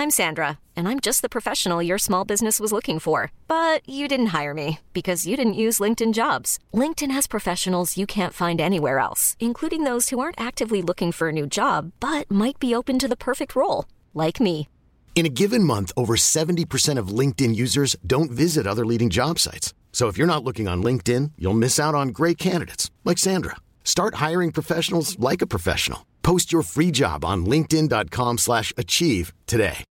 I'm Sandra, and I'm just the professional your small business was looking for. But you didn't hire me because you didn't use LinkedIn Jobs. LinkedIn has professionals you can't find anywhere else, including those who aren't actively looking for a new job, but might be open to the perfect role, like me. In a given month, over 70% of LinkedIn users don't visit other leading job sites. So if you're not looking on LinkedIn, you'll miss out on great candidates like Sandra. Start hiring professionals like a professional. Post your free job on linkedin.com/achieve today.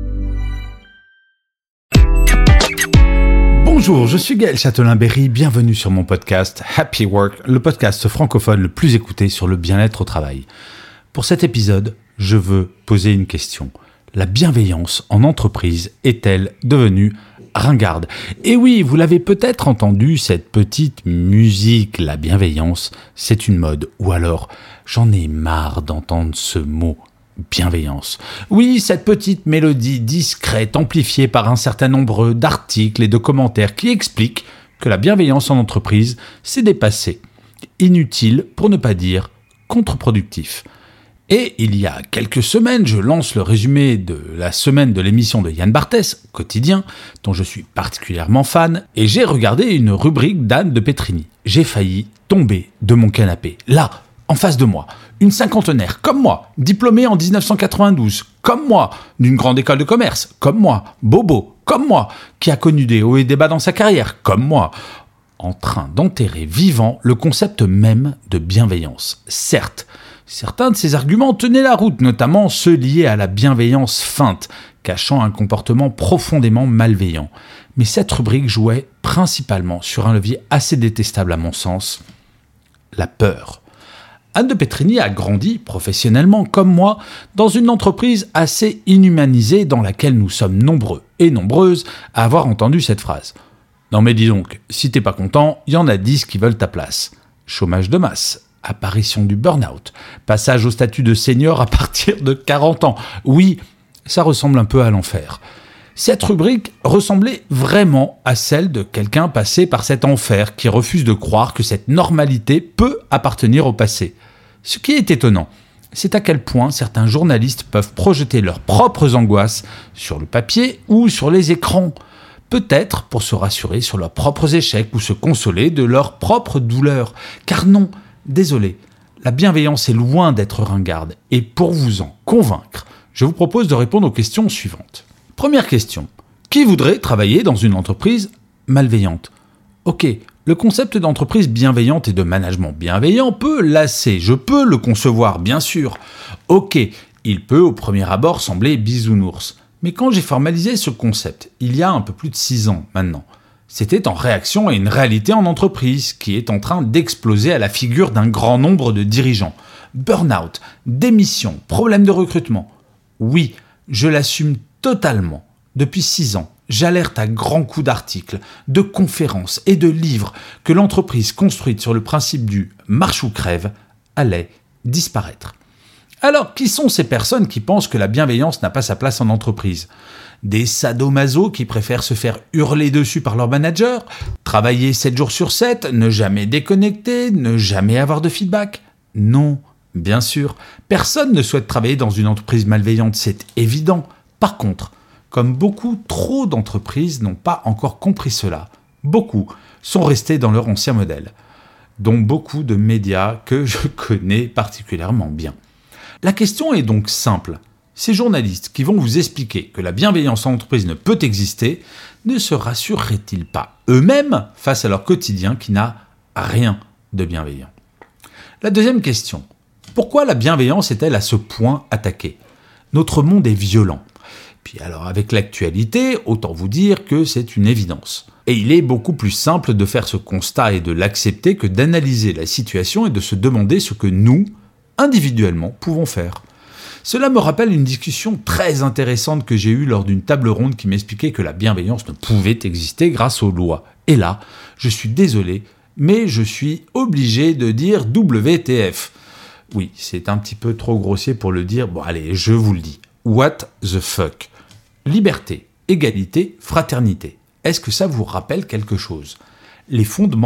Bonjour, je suis Gaël Châtelain-Berry, bienvenue sur mon podcast Happy Work, le podcast francophone le plus écouté sur le bien-être au travail. Pour cet épisode, je veux poser une question. La bienveillance en entreprise est-elle devenue ringarde ? Et oui, vous l'avez peut-être entendu, cette petite musique, la bienveillance, c'est une mode. Ou alors, j'en ai marre d'entendre ce mot, bienveillance. Oui, cette petite mélodie discrète, amplifiée par un certain nombre d'articles et de commentaires qui expliquent que la bienveillance en entreprise, c'est dépassé, inutile pour ne pas dire contre-productif. Et il y a quelques semaines, je lance le résumé de la semaine de l'émission de Yann Barthès, Quotidien, dont je suis particulièrement fan, et j'ai regardé une rubrique d'Anne de Petrini. J'ai failli tomber de mon canapé. Là, en face de moi, une cinquantenaire, comme moi, diplômée en 1992, comme moi, d'une grande école de commerce, comme moi, bobo, comme moi, qui a connu des hauts et des bas dans sa carrière, comme moi, en train d'enterrer vivant le concept même de bienveillance. Certes, certains de ces arguments tenaient la route, notamment ceux liés à la bienveillance feinte, cachant un comportement profondément malveillant. Mais cette rubrique jouait principalement sur un levier assez détestable à mon sens, la peur. Anne de Petrini a grandi, professionnellement comme moi, dans une entreprise assez inhumanisée dans laquelle nous sommes nombreux et nombreuses à avoir entendu cette phrase. « Non mais dis donc, si t'es pas content, il y en a 10 qui veulent ta place. » Chômage de masse. Apparition du burn-out, passage au statut de senior à partir de 40 ans. Oui, ça ressemble un peu à l'enfer. Cette rubrique ressemblait vraiment à celle de quelqu'un passé par cet enfer qui refuse de croire que cette normalité peut appartenir au passé. Ce qui est étonnant, c'est à quel point certains journalistes peuvent projeter leurs propres angoisses sur le papier ou sur les écrans. Peut-être pour se rassurer sur leurs propres échecs ou se consoler de leurs propres douleurs. Car non, désolé, la bienveillance est loin d'être ringarde. Et pour vous en convaincre, je vous propose de répondre aux questions suivantes. Première question. Qui voudrait travailler dans une entreprise malveillante ? Ok, le concept d'entreprise bienveillante et de management bienveillant peut lasser. Je peux le concevoir, bien sûr. Ok, il peut au premier abord sembler bisounours. Mais quand j'ai formalisé ce concept, il y a un peu plus de 6 ans maintenant, c'était en réaction à une réalité en entreprise qui est en train d'exploser à la figure d'un grand nombre de dirigeants. Burn-out, démission, problème de recrutement. Oui, je l'assume totalement. Depuis 6 ans, j'alerte à grands coups d'articles, de conférences et de livres que l'entreprise construite sur le principe du « marche ou crève » allait disparaître. Alors, qui sont ces personnes qui pensent que la bienveillance n'a pas sa place en entreprise ? Des sadomasos qui préfèrent se faire hurler dessus par leur manager, travailler 7 jours sur 7, ne jamais déconnecter, ne jamais avoir de feedback ? Non, bien sûr, personne ne souhaite travailler dans une entreprise malveillante, c'est évident. Par contre, comme beaucoup trop d'entreprises n'ont pas encore compris cela, beaucoup sont restés dans leur ancien modèle, dont beaucoup de médias que je connais particulièrement bien. La question est donc simple. Ces journalistes qui vont vous expliquer que la bienveillance en entreprise ne peut exister, ne se rassureraient-ils pas eux-mêmes face à leur quotidien qui n'a rien de bienveillant ? La deuxième question. Pourquoi la bienveillance est-elle à ce point attaquée ? Notre monde est violent. Puis alors avec l'actualité, autant vous dire que c'est une évidence. Et il est beaucoup plus simple de faire ce constat et de l'accepter que d'analyser la situation et de se demander ce que nous, individuellement, pouvons faire. Cela me rappelle une discussion très intéressante que j'ai eue lors d'une table ronde qui m'expliquait que la bienveillance ne pouvait exister grâce aux lois. Et là, je suis désolé, mais je suis obligé de dire WTF. Oui, c'est un petit peu trop grossier pour le dire, bon allez, je vous le dis. What the fuck ? Liberté, égalité, fraternité. Est-ce que ça vous rappelle quelque chose ? Les fondements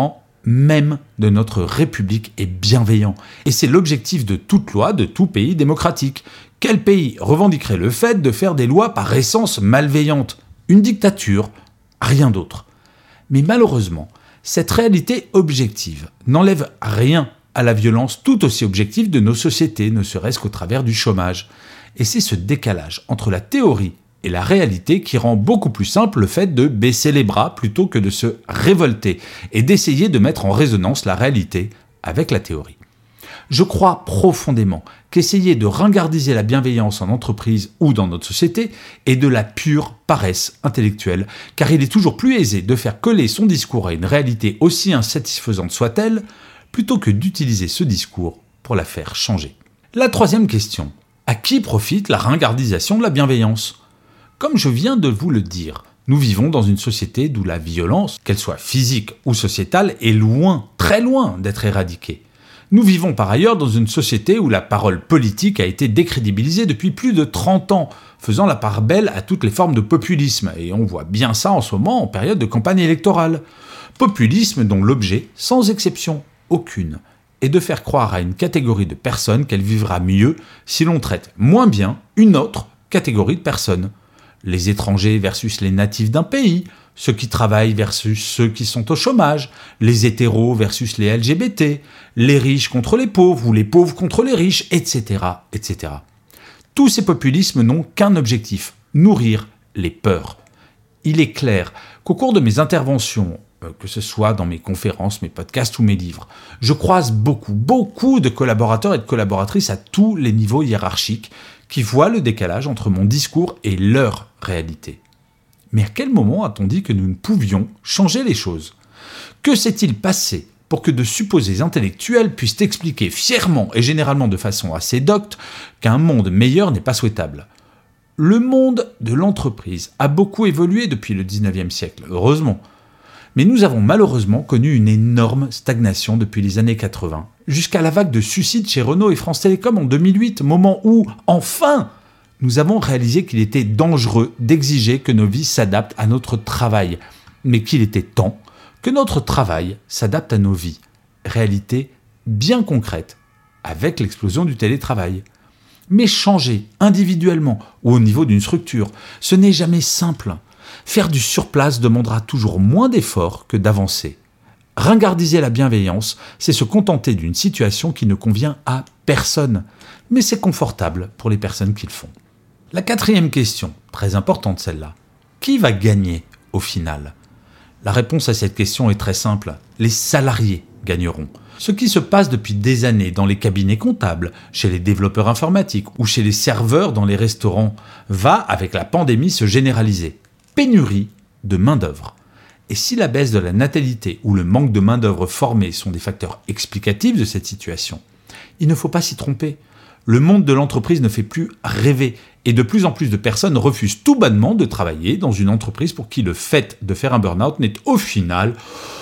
même de notre République est bienveillant. Et c'est l'objectif de toute loi, de tout pays démocratique. Quel pays revendiquerait le fait de faire des lois par essence malveillantes ? Une dictature, rien d'autre. Mais malheureusement, cette réalité objective n'enlève rien à la violence tout aussi objective de nos sociétés, ne serait-ce qu'au travers du chômage. Et c'est ce décalage entre la théorie et la réalité qui rend beaucoup plus simple le fait de baisser les bras plutôt que de se révolter et d'essayer de mettre en résonance la réalité avec la théorie. Je crois profondément qu'essayer de ringardiser la bienveillance en entreprise ou dans notre société est de la pure paresse intellectuelle, car il est toujours plus aisé de faire coller son discours à une réalité aussi insatisfaisante soit-elle, plutôt que d'utiliser ce discours pour la faire changer. La troisième question, à qui profite la ringardisation de la bienveillance ? Comme je viens de vous le dire, nous vivons dans une société d'où la violence, qu'elle soit physique ou sociétale, est loin, très loin d'être éradiquée. Nous vivons par ailleurs dans une société où la parole politique a été décrédibilisée depuis plus de 30 ans, faisant la part belle à toutes les formes de populisme, et on voit bien ça en ce moment en période de campagne électorale. Populisme dont l'objet, sans exception aucune, est de faire croire à une catégorie de personnes qu'elle vivra mieux si l'on traite moins bien une autre catégorie de personnes. Les étrangers versus les natifs d'un pays, ceux qui travaillent versus ceux qui sont au chômage, les hétéros versus les LGBT, les riches contre les pauvres ou les pauvres contre les riches, etc., etc. Tous ces populismes n'ont qu'un objectif, nourrir les peurs. Il est clair qu'au cours de mes interventions, que ce soit dans mes conférences, mes podcasts ou mes livres, je croise beaucoup de collaborateurs et de collaboratrices à tous les niveaux hiérarchiques qui voient le décalage entre mon discours et leur réalité. Mais à quel moment a-t-on dit que nous ne pouvions changer les choses ? Que s'est-il passé pour que de supposés intellectuels puissent expliquer fièrement et généralement de façon assez docte qu'un monde meilleur n'est pas souhaitable ? Le monde de l'entreprise a beaucoup évolué depuis le 19e siècle, heureusement. Mais nous avons malheureusement connu une énorme stagnation depuis les années 80, jusqu'à la vague de suicides chez Renault et France Télécom en 2008, moment où, enfin, nous avons réalisé qu'il était dangereux d'exiger que nos vies s'adaptent à notre travail, mais qu'il était temps que notre travail s'adapte à nos vies. Réalité bien concrète, avec l'explosion du télétravail. Mais changer individuellement ou au niveau d'une structure, ce n'est jamais simple. Faire du surplace demandera toujours moins d'efforts que d'avancer. Ringardiser la bienveillance, c'est se contenter d'une situation qui ne convient à personne, mais c'est confortable pour les personnes qui le font. La quatrième question, très importante celle-là, qui va gagner au final ? La réponse à cette question est très simple, les salariés gagneront. Ce qui se passe depuis des années dans les cabinets comptables, chez les développeurs informatiques ou chez les serveurs dans les restaurants, va avec la pandémie se généraliser. Pénurie de main-d'œuvre. Et si la baisse de la natalité ou le manque de main-d'œuvre formée sont des facteurs explicatifs de cette situation, il ne faut pas s'y tromper. Le monde de l'entreprise ne fait plus rêver et de plus en plus de personnes refusent tout bonnement de travailler dans une entreprise pour qui le fait de faire un burn-out n'est au final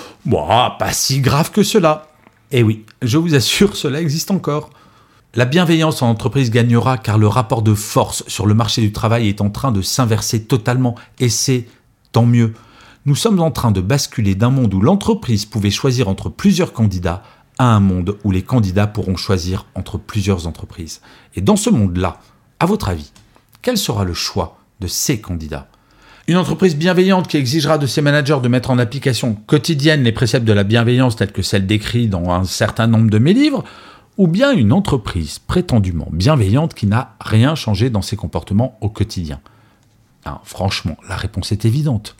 pas si grave que cela. Et oui, je vous assure, cela existe encore. La bienveillance en entreprise gagnera car le rapport de force sur le marché du travail est en train de s'inverser totalement et c'est tant mieux. Nous sommes en train de basculer d'un monde où l'entreprise pouvait choisir entre plusieurs candidats à un monde où les candidats pourront choisir entre plusieurs entreprises. Et dans ce monde-là, à votre avis, quel sera le choix de ces candidats ? Une entreprise bienveillante qui exigera de ses managers de mettre en application quotidienne les préceptes de la bienveillance tels que celles décrits dans un certain nombre de mes livres ? Ou bien une entreprise prétendument bienveillante qui n'a rien changé dans ses comportements au quotidien ? Franchement, la réponse est évidente.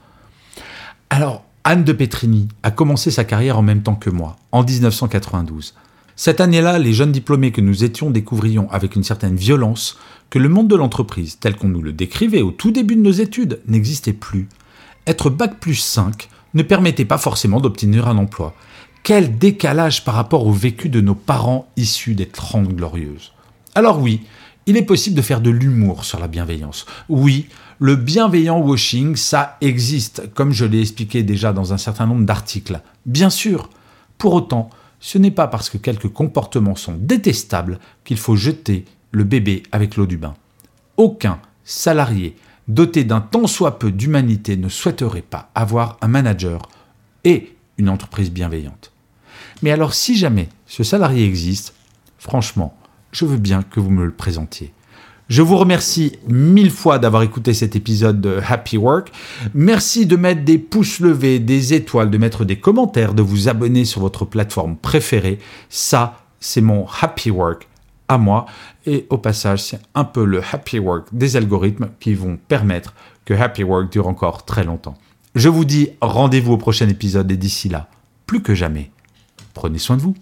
Alors, Anne de Petrini a commencé sa carrière en même temps que moi, en 1992. Cette année-là, les jeunes diplômés que nous étions découvrions avec une certaine violence que le monde de l'entreprise, tel qu'on nous le décrivait au tout début de nos études, n'existait plus. Être Bac+5 ne permettait pas forcément d'obtenir un emploi. Quel décalage par rapport au vécu de nos parents issus des 30 Glorieuses. Alors oui, il est possible de faire de l'humour sur la bienveillance. Oui, le bienveillant washing, ça existe, comme je l'ai expliqué déjà dans un certain nombre d'articles. Bien sûr, pour autant, ce n'est pas parce que quelques comportements sont détestables qu'il faut jeter le bébé avec l'eau du bain. Aucun salarié doté d'un tant soit peu d'humanité ne souhaiterait pas avoir un manager et une entreprise bienveillante. Mais alors si jamais ce salarié existe, franchement, je veux bien que vous me le présentiez. Je vous remercie 1000 fois d'avoir écouté cet épisode de Happy Work. Merci de mettre des pouces levés, des étoiles, de mettre des commentaires, de vous abonner sur votre plateforme préférée. Ça, c'est mon Happy Work à moi. Et au passage, c'est un peu le Happy Work des algorithmes qui vont permettre que Happy Work dure encore très longtemps. Je vous dis rendez-vous au prochain épisode et d'ici là, plus que jamais, prenez soin de vous.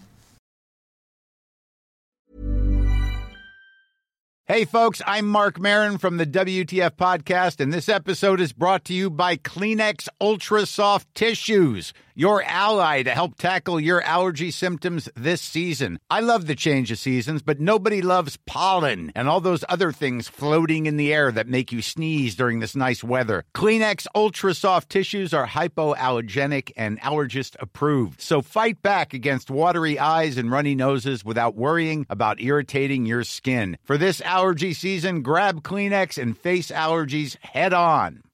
Hey, folks, I'm Mark Maron from the WTF Podcast, and this episode is brought to you by Kleenex Ultra Soft Tissues, your ally to help tackle your allergy symptoms this season. I love the change of seasons, but nobody loves pollen and all those other things floating in the air that make you sneeze during this nice weather. Kleenex Ultra Soft Tissues are hypoallergenic and allergist approved, so fight back against watery eyes and runny noses without worrying about irritating your skin. For this allergy season, grab Kleenex and face allergies head on.